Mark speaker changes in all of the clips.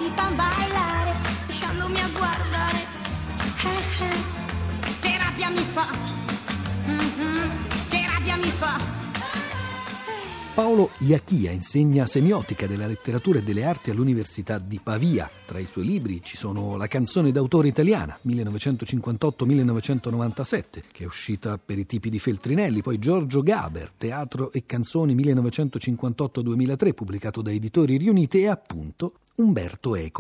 Speaker 1: ti fa bailare, lasciandomi a guardare. Che rabbia mi fa, che rabbia mi fa.
Speaker 2: Paolo Iachia insegna semiotica della letteratura e delle arti all'Università di Pavia. Tra i suoi libri ci sono La canzone d'autore italiana, 1958-1997, che è uscita per i tipi di Feltrinelli, poi Giorgio Gaber, Teatro e canzoni 1958-2003, pubblicato da Editori Riunite, e appunto Umberto Eco,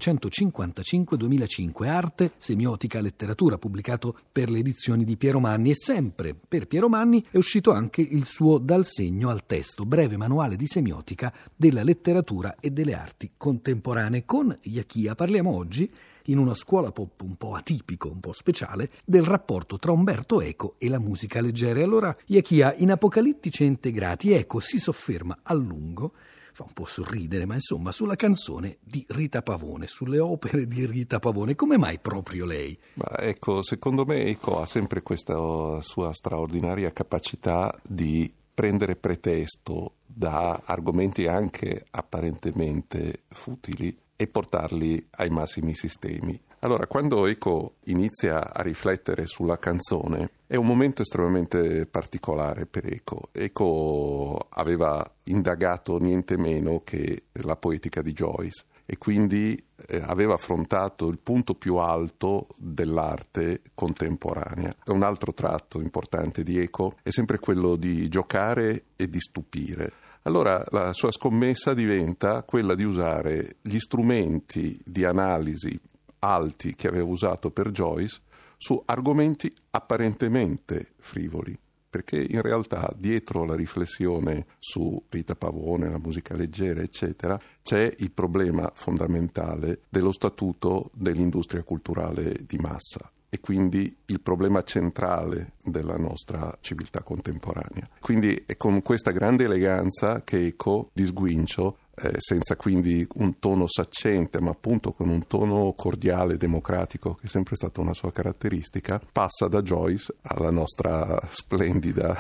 Speaker 2: 1955-2005, Arte, semiotica, letteratura, pubblicato per le edizioni di Piero Manni, e sempre per Piero Manni è uscito anche il suo Dal segno al testo, breve manuale di semiotica della letteratura e delle arti contemporanee. Con Iachia parliamo oggi, in una scuola pop un po' atipico, un po' speciale, del rapporto tra Umberto Eco e la musica leggera. E allora, Iachia, in Apocalittici e Integrati, Eco si sofferma a lungo, fa un po' sorridere, ma insomma, sulla canzone di Rita Pavone, sulle opere di Rita Pavone. Come mai proprio lei?
Speaker 3: Ma ecco, secondo me Eco ha sempre questa sua straordinaria capacità di prendere pretesto da argomenti anche apparentemente futili e portarli ai massimi sistemi. Allora, quando Eco inizia a riflettere sulla canzone, è un momento estremamente particolare per Eco. Eco aveva indagato niente meno che la poetica di Joyce e quindi aveva affrontato il punto più alto dell'arte contemporanea. Un altro tratto importante di Eco è sempre quello di giocare e di stupire. Allora la sua scommessa diventa quella di usare gli strumenti di analisi alti che aveva usato per Joyce su argomenti apparentemente frivoli, perché in realtà dietro la riflessione su Rita Pavone, la musica leggera, eccetera, c'è il problema fondamentale dello statuto dell'industria culturale di massa e quindi il problema centrale della nostra civiltà contemporanea. Quindi è con questa grande eleganza che Eco, di sguincio, senza quindi un tono saccente, ma appunto con un tono cordiale, democratico, che è sempre stata una sua caratteristica, passa da Joyce alla nostra splendida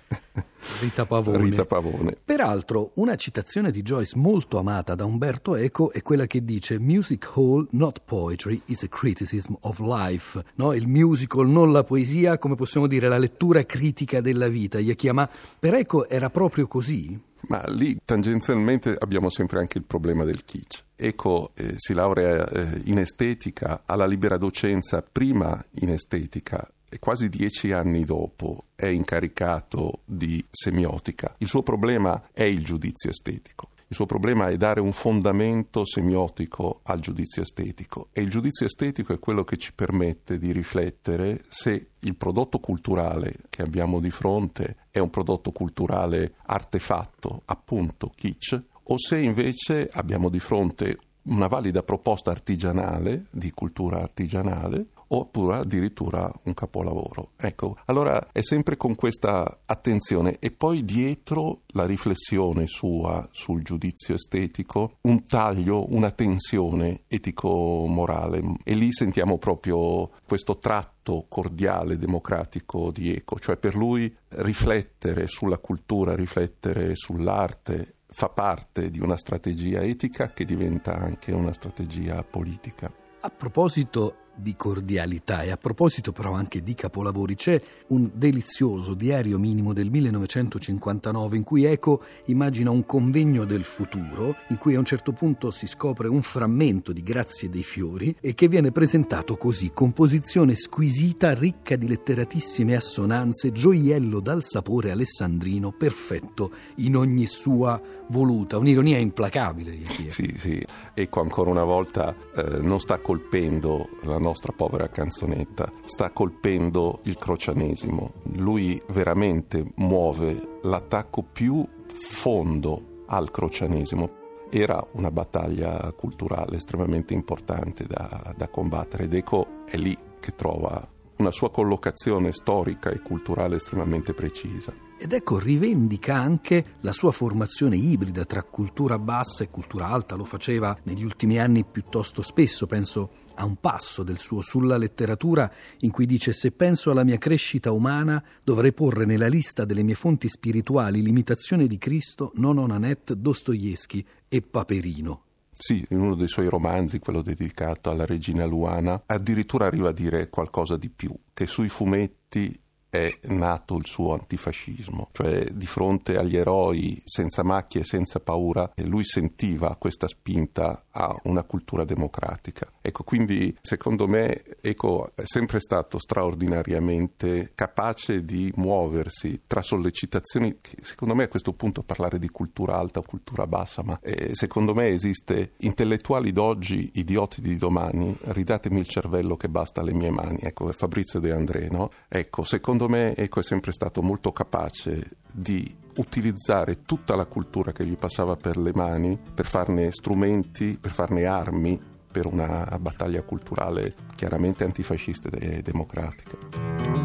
Speaker 2: Rita Pavone. Peraltro, una citazione di Joyce molto amata da Umberto Eco è quella che dice: "Music hall, not poetry, is a criticism of life". No? Il musical, non la poesia, come possiamo dire, la lettura critica della vita. Ma per Eco era proprio così?
Speaker 3: Ma lì tangenzialmente abbiamo sempre anche il problema del kitsch. Eco si laurea in estetica, alla libera docenza prima in estetica e quasi 10 anni dopo è incaricato di semiotica. Il suo problema è il giudizio estetico. Il suo problema è dare un fondamento semiotico al giudizio estetico, e il giudizio estetico è quello che ci permette di riflettere se il prodotto culturale che abbiamo di fronte è un prodotto culturale artefatto, appunto kitsch, o se invece abbiamo di fronte una valida proposta artigianale, di cultura artigianale, oppure addirittura un capolavoro. Ecco, allora è sempre con questa attenzione, e poi dietro la riflessione sua sul giudizio estetico, un taglio, una tensione etico-morale, e lì sentiamo proprio questo tratto cordiale, democratico di Eco, cioè per lui riflettere sulla cultura, riflettere sull'arte fa parte di una strategia etica che diventa anche una strategia politica.
Speaker 2: A proposito di cordialità e a proposito però anche di capolavori, c'è un delizioso Diario minimo del 1959 in cui Eco immagina un convegno del futuro, in cui a un certo punto si scopre un frammento di Grazie dei fiori e che viene presentato così: composizione squisita, ricca di letteratissime assonanze, gioiello dal sapore alessandrino, perfetto in ogni sua voluta. Un'ironia implacabile.
Speaker 3: Sì, Eco ancora una volta non sta colpendo la nostra povera canzonetta, sta colpendo il crocianesimo. Lui veramente muove l'attacco più fondo al crocianesimo. Era una battaglia culturale estremamente importante da combattere, ed Eco è lì che trova una sua collocazione storica e culturale estremamente precisa.
Speaker 2: Ed Eco rivendica anche la sua formazione ibrida tra cultura bassa e cultura alta. Lo faceva negli ultimi anni piuttosto spesso. Penso a un passo del suo Sulla letteratura in cui dice: se penso alla mia crescita umana dovrei porre nella lista delle mie fonti spirituali l'imitazione di Cristo, Nono Nanette, Dostoevskij e Paperino.
Speaker 3: Sì, in uno dei suoi romanzi, quello dedicato alla regina Luana, addirittura arriva a dire qualcosa di più, che sui fumetti è nato il suo antifascismo, cioè di fronte agli eroi senza macchie e senza paura, lui sentiva questa spinta a una cultura democratica. Ecco, quindi secondo me Eco è sempre stato straordinariamente capace di muoversi tra sollecitazioni, che secondo me a questo punto parlare di cultura alta o cultura bassa, ma secondo me esiste intellettuali d'oggi, idioti di domani, ridatemi il cervello che basta alle mie mani, ecco, è Fabrizio De André, no? Ecco, secondo me Eco è sempre stato molto capace di utilizzare tutta la cultura che gli passava per le mani per farne strumenti, per farne armi per una battaglia culturale chiaramente antifascista e democratica.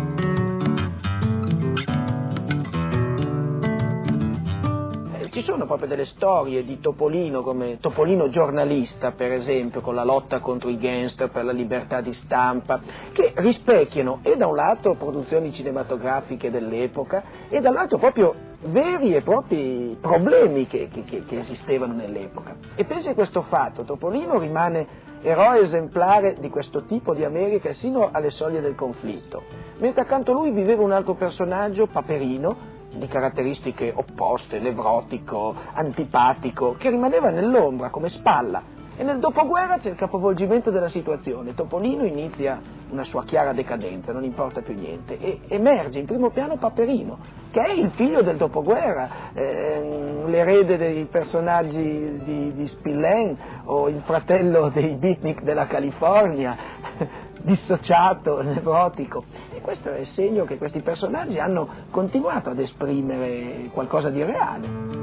Speaker 4: Ci sono proprio delle storie di Topolino, come Topolino giornalista per esempio, con la lotta contro i gangster per la libertà di stampa, che rispecchiano e da un lato produzioni cinematografiche dell'epoca e dall'altro proprio veri e propri problemi che esistevano nell'epoca. E pensi a questo fatto, Topolino rimane eroe esemplare di questo tipo di America sino alle soglie del conflitto, mentre accanto a lui viveva un altro personaggio, Paperino, di caratteristiche opposte, nevrotico, antipatico, che rimaneva nell'ombra come spalla. E nel dopoguerra c'è il capovolgimento della situazione. Topolino inizia una sua chiara decadenza, non importa più niente, e emerge in primo piano Paperino, che è il figlio del dopoguerra, l'erede dei personaggi di Spillane o il fratello dei beatnik della California, dissociato, nevrotico. E questo è il segno che questi personaggi hanno continuato ad esprimere qualcosa di reale.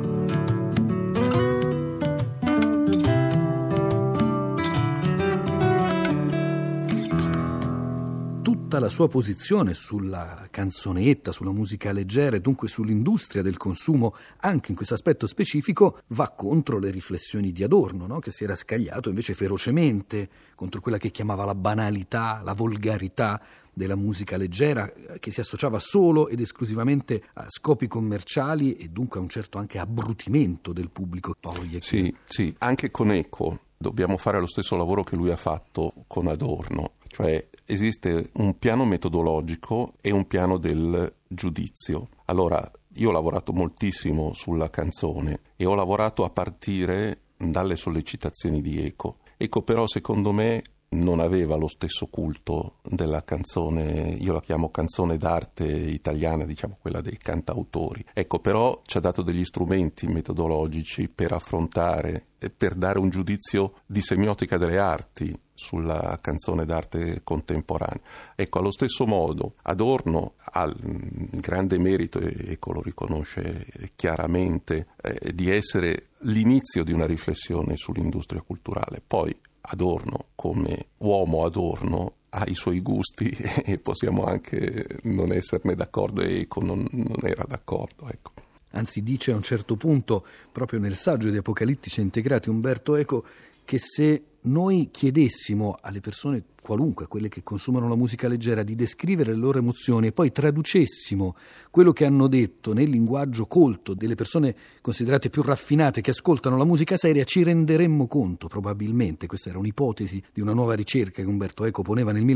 Speaker 2: Tutta la sua posizione sulla canzonetta, sulla musica leggera e dunque sull'industria del consumo, anche in questo aspetto specifico, va contro le riflessioni di Adorno, no? Che si era scagliato invece ferocemente contro quella che chiamava la banalità, la volgarità della musica leggera, che si associava solo ed esclusivamente a scopi commerciali e dunque a un certo anche abbrutimento del pubblico.
Speaker 3: Sì, anche con Eco dobbiamo fare lo stesso lavoro che lui ha fatto con Adorno. Cioè esiste un piano metodologico e un piano del giudizio. Allora, io ho lavorato moltissimo sulla canzone e ho lavorato a partire dalle sollecitazioni di Eco. Eco però secondo me non aveva lo stesso culto della canzone, io la chiamo canzone d'arte italiana, diciamo quella dei cantautori. Ecco, però ci ha dato degli strumenti metodologici per affrontare e per dare un giudizio di semiotica delle arti sulla canzone d'arte contemporanea. Ecco, allo stesso modo Adorno ha il grande merito, e Eco lo riconosce chiaramente, di essere l'inizio di una riflessione sull'industria culturale. Poi Adorno, come uomo Adorno, ha i suoi gusti e possiamo anche non esserne d'accordo, e Eco non era d'accordo, ecco.
Speaker 2: Anzi, dice a un certo punto, proprio nel saggio di Apocalittici Integrati, Umberto Eco, che se noi chiedessimo alle persone qualunque, quelle che consumano la musica leggera, di descrivere le loro emozioni e poi traducessimo quello che hanno detto nel linguaggio colto delle persone considerate più raffinate che ascoltano la musica seria, ci renderemmo conto, probabilmente, questa era un'ipotesi di una nuova ricerca che Umberto Eco poneva nel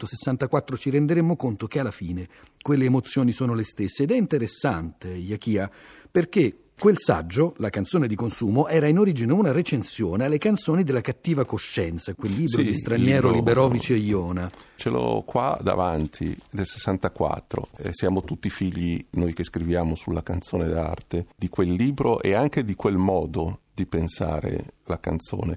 Speaker 2: 1964, ci renderemmo conto che alla fine quelle emozioni sono le stesse. Ed è interessante, Iachia, perché quel saggio, La canzone di consumo, era in origine una recensione alle canzoni della cattiva coscienza, quel libro di Straniero, Liberovic e Iona.
Speaker 3: Ce l'ho qua davanti, del 64. Siamo tutti figli, noi che scriviamo sulla canzone d'arte, di quel libro e anche di quel modo di pensare la canzone.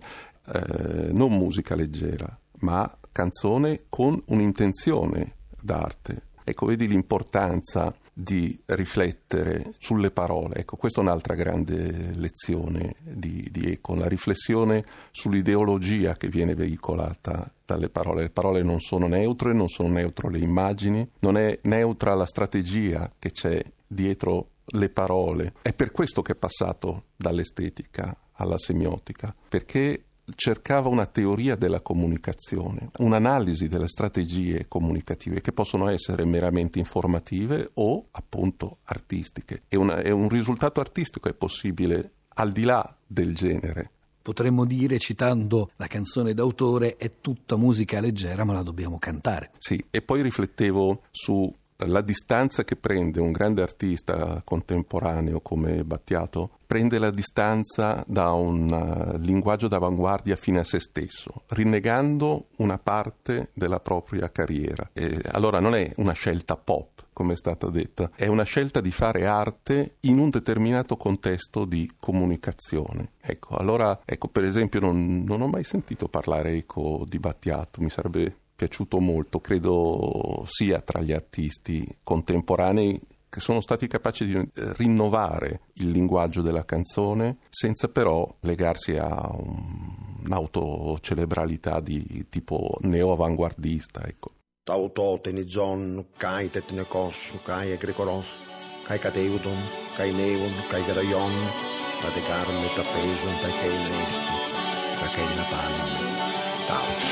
Speaker 3: Non musica leggera, ma canzone con un'intenzione d'arte. Ecco, vedi l'importanza di riflettere sulle parole. Ecco, questa è un'altra grande lezione di Eco, la riflessione sull'ideologia che viene veicolata dalle parole. Le parole non sono neutre, non sono neutre le immagini, non è neutra la strategia che c'è dietro le parole. È per questo che è passato dall'estetica alla semiotica, perché cercava una teoria della comunicazione, un'analisi delle strategie comunicative che possono essere meramente informative o appunto artistiche. E un risultato artistico è possibile al di là del genere,
Speaker 2: potremmo dire, citando la canzone d'autore, è tutta musica leggera ma la dobbiamo cantare.
Speaker 3: Sì, e poi riflettevo sulla distanza che prende un grande artista contemporaneo come Battiato, prende la distanza da un linguaggio d'avanguardia fine a se stesso, rinnegando una parte della propria carriera. E allora non è una scelta pop, come è stata detta, è una scelta di fare arte in un determinato contesto di comunicazione. Allora, per esempio, non ho mai sentito parlare di Battiato, mi sarebbe piaciuto molto, credo sia tra gli artisti contemporanei che sono stati capaci di rinnovare il linguaggio della canzone senza però legarsi a un'autocelebralità di tipo neo-avanguardista,
Speaker 5: Tauto tenizon, kai tetnekos, kai egrekoros, kai kateuton, kai nevon, kai gadayon, tate carne tapeson, tai kai nesti, kai na panne, tauto.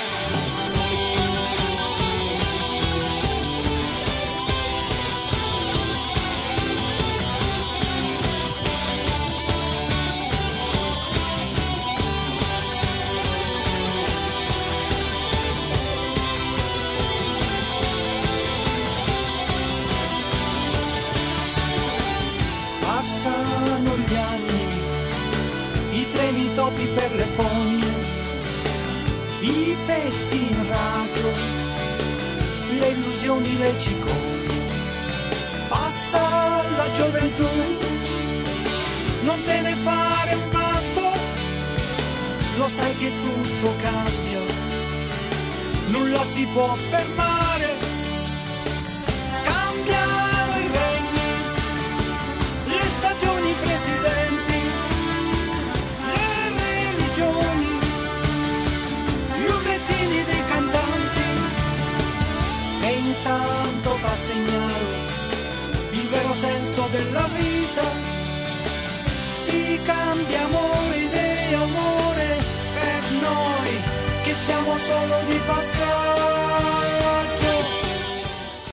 Speaker 6: Passano gli anni, i treni topi per le fogne, i pezzi in radio, le illusioni, le cicogne. Passa la gioventù, non te ne fare un matto, lo sai che tutto cambia, nulla si può fermare. Cambiano i regni, le stagioni, i presidenti, le religioni, gli urlettini dei cantanti, e intanto va a segnare il vero senso della vita. Si cambia amore, idea, amore, per noi che siamo solo di passaggio.